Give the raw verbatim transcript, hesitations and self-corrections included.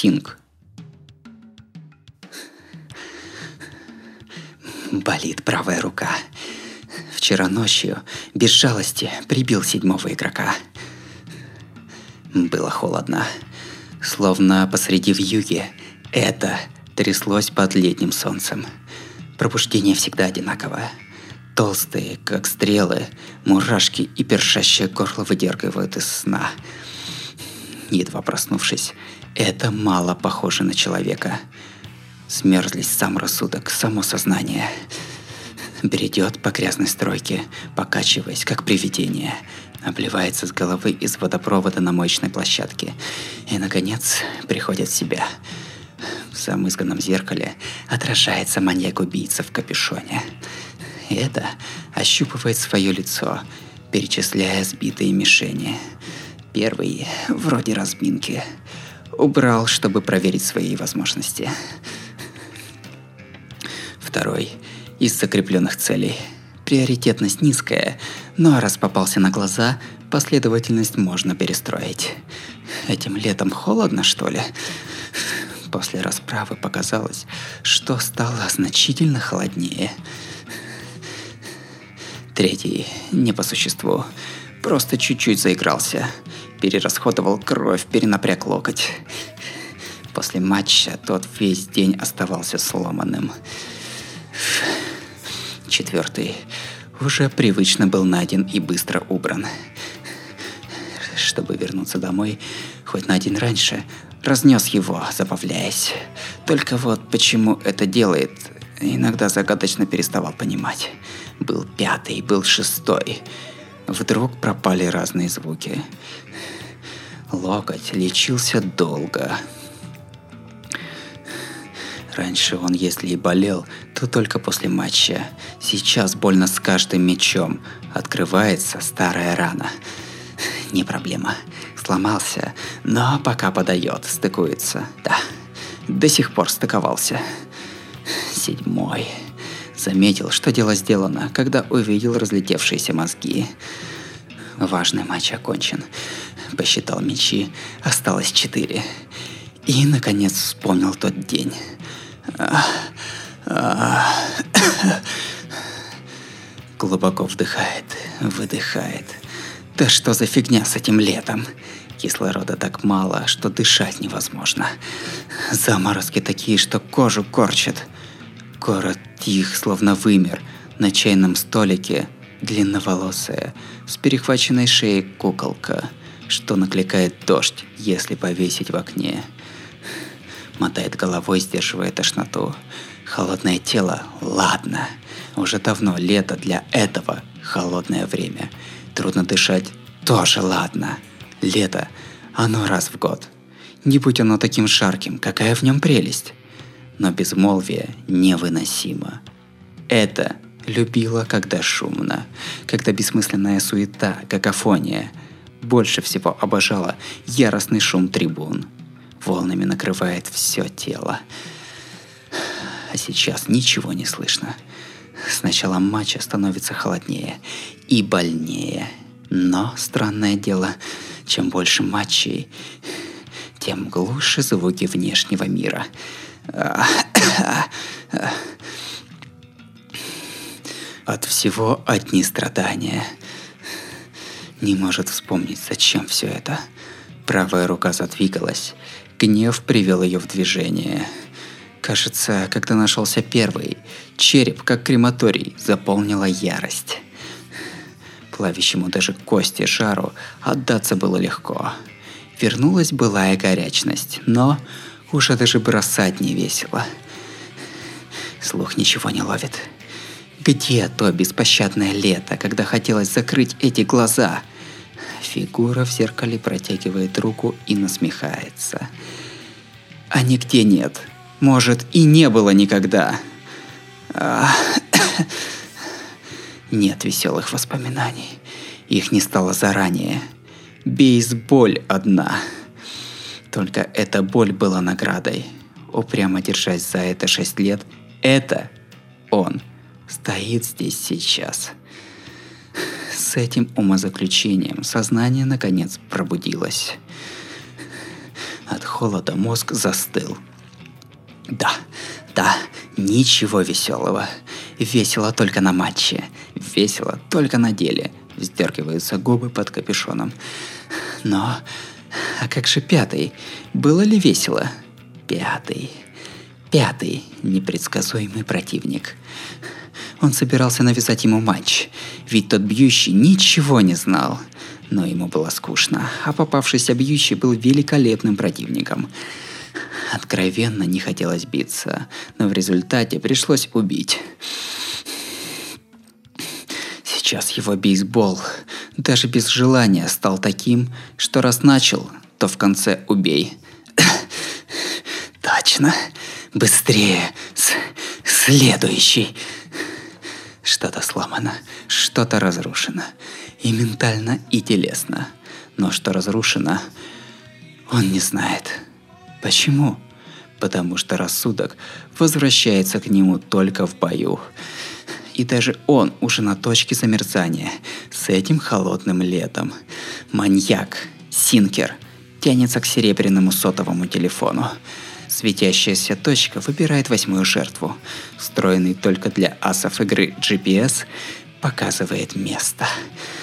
Стинг. Болит правая рука. Вчера ночью без жалости прибил седьмого игрока. Было холодно. Словно посреди вьюги это тряслось под летним солнцем. Пробуждение всегда одинаковое. Толстые, как стрелы, мурашки и першащее горло выдергивают из сна. Едва проснувшись, это мало похоже на человека. Смерзлись сам рассудок, само сознание. Бредет по грязной стройке, покачиваясь, как привидение. Обливается с головы из водопровода на моечной площадке. И, наконец, приходит в себя. В замызганном зеркале отражается маньяк-убийца в капюшоне. И это ощупывает свое лицо, перечисляя сбитые мишени. Первый, вроде разминки, убрал, чтобы проверить свои возможности. Второй, из закрепленных целей. Приоритетность низкая, но раз попался на глаза, последовательность можно перестроить. Этим летом холодно, что ли? После расправы показалось, что стало значительно холоднее. Третий, не по существу, просто чуть-чуть заигрался. Перерасходовал кровь, перенапряг локоть. После матча тот весь день оставался сломанным. Четвертый уже привычно был найден и быстро убран. Чтобы вернуться домой хоть на день раньше, разнес его, забавляясь. Только вот почему это делает, иногда загадочно переставал понимать. Был пятый, был шестой. Вдруг пропали разные звуки. Локоть лечился долго. Раньше он, если и болел, то только после матча. Сейчас больно с каждым мячом. Открывается старая рана. Не проблема. Сломался, но пока подает, стыкуется. Да, до сих пор стыковался. Седьмой. Заметил, что дело сделано, когда увидел разлетевшиеся мозги. Важный матч окончен. Посчитал мячи, осталось четыре. И, наконец, вспомнил тот день. Глубоко вдыхает, выдыхает. Да что за фигня с этим летом? Кислорода так мало, что дышать невозможно. Заморозки такие, что кожу корчат. Город тих, словно вымер. На чайном столике длинноволосая, с перехваченной шеей куколка, что накликает дождь, если повесить в окне. Мотает головой, сдерживая тошноту. Холодное тело, ладно. Уже давно лето для этого холодное время. Трудно дышать, тоже ладно. Лето, оно раз в год. Не будь оно таким жарким, какая в нем прелесть. Но безмолвие невыносимо. Это любила, когда шумно, когда бессмысленная суета, какофония. Больше всего обожала яростный шум трибун. Волнами накрывает все тело. А сейчас ничего не слышно. С началом матча становится холоднее и больнее. Но, странное дело, чем больше матчей, тем глуше звуки внешнего мира. От всего одни страдания. Не может вспомнить, зачем все это. Правая рука задвигалась. Гнев привел ее в движение. Кажется, когда нашелся первый, череп, как крематорий, заполнила ярость. Плавящему даже кости жару отдаться было легко. Вернулась былая горячность, но уже даже бросать не весело. Слух ничего не ловит. Где то беспощадное лето, когда хотелось закрыть эти глаза? Фигура в зеркале протягивает руку и насмехается. А нигде нет. Может, и не было никогда. Нет веселых воспоминаний. Их не стало заранее. Бейсболь одна. Только эта боль была наградой. Упрямо держась за это шесть лет, это он стоит здесь сейчас. С этим умозаключением сознание наконец пробудилось. От холода мозг застыл. Да, да, ничего веселого. Весело только на матче. Весело только на деле. Вздергиваются губы под капюшоном. Но... А как же пятый? Было ли весело? Пятый... Пятый непредсказуемый противник. Он собирался навязать ему матч, ведь тот бьющий ничего не знал. Но ему было скучно, а попавшийся бьющий был великолепным противником. Откровенно не хотелось биться, но в результате пришлось убить. Сейчас его бейсбол, даже без желания, стал таким, что раз начал, то в конце убей. Точно. Быстрее. С- следующий. Что-то сломано, что-то разрушено. И ментально, и телесно. Но что разрушено, он не знает. Почему? Потому что рассудок возвращается к нему только в бою. И даже он уже на точке замерзания с этим холодным летом. Маньяк, Синкер, тянется к серебряному сотовому телефону. Светящаяся точка выбирает восьмую жертву. Встроенный только для асов игры джи пи эс показывает место.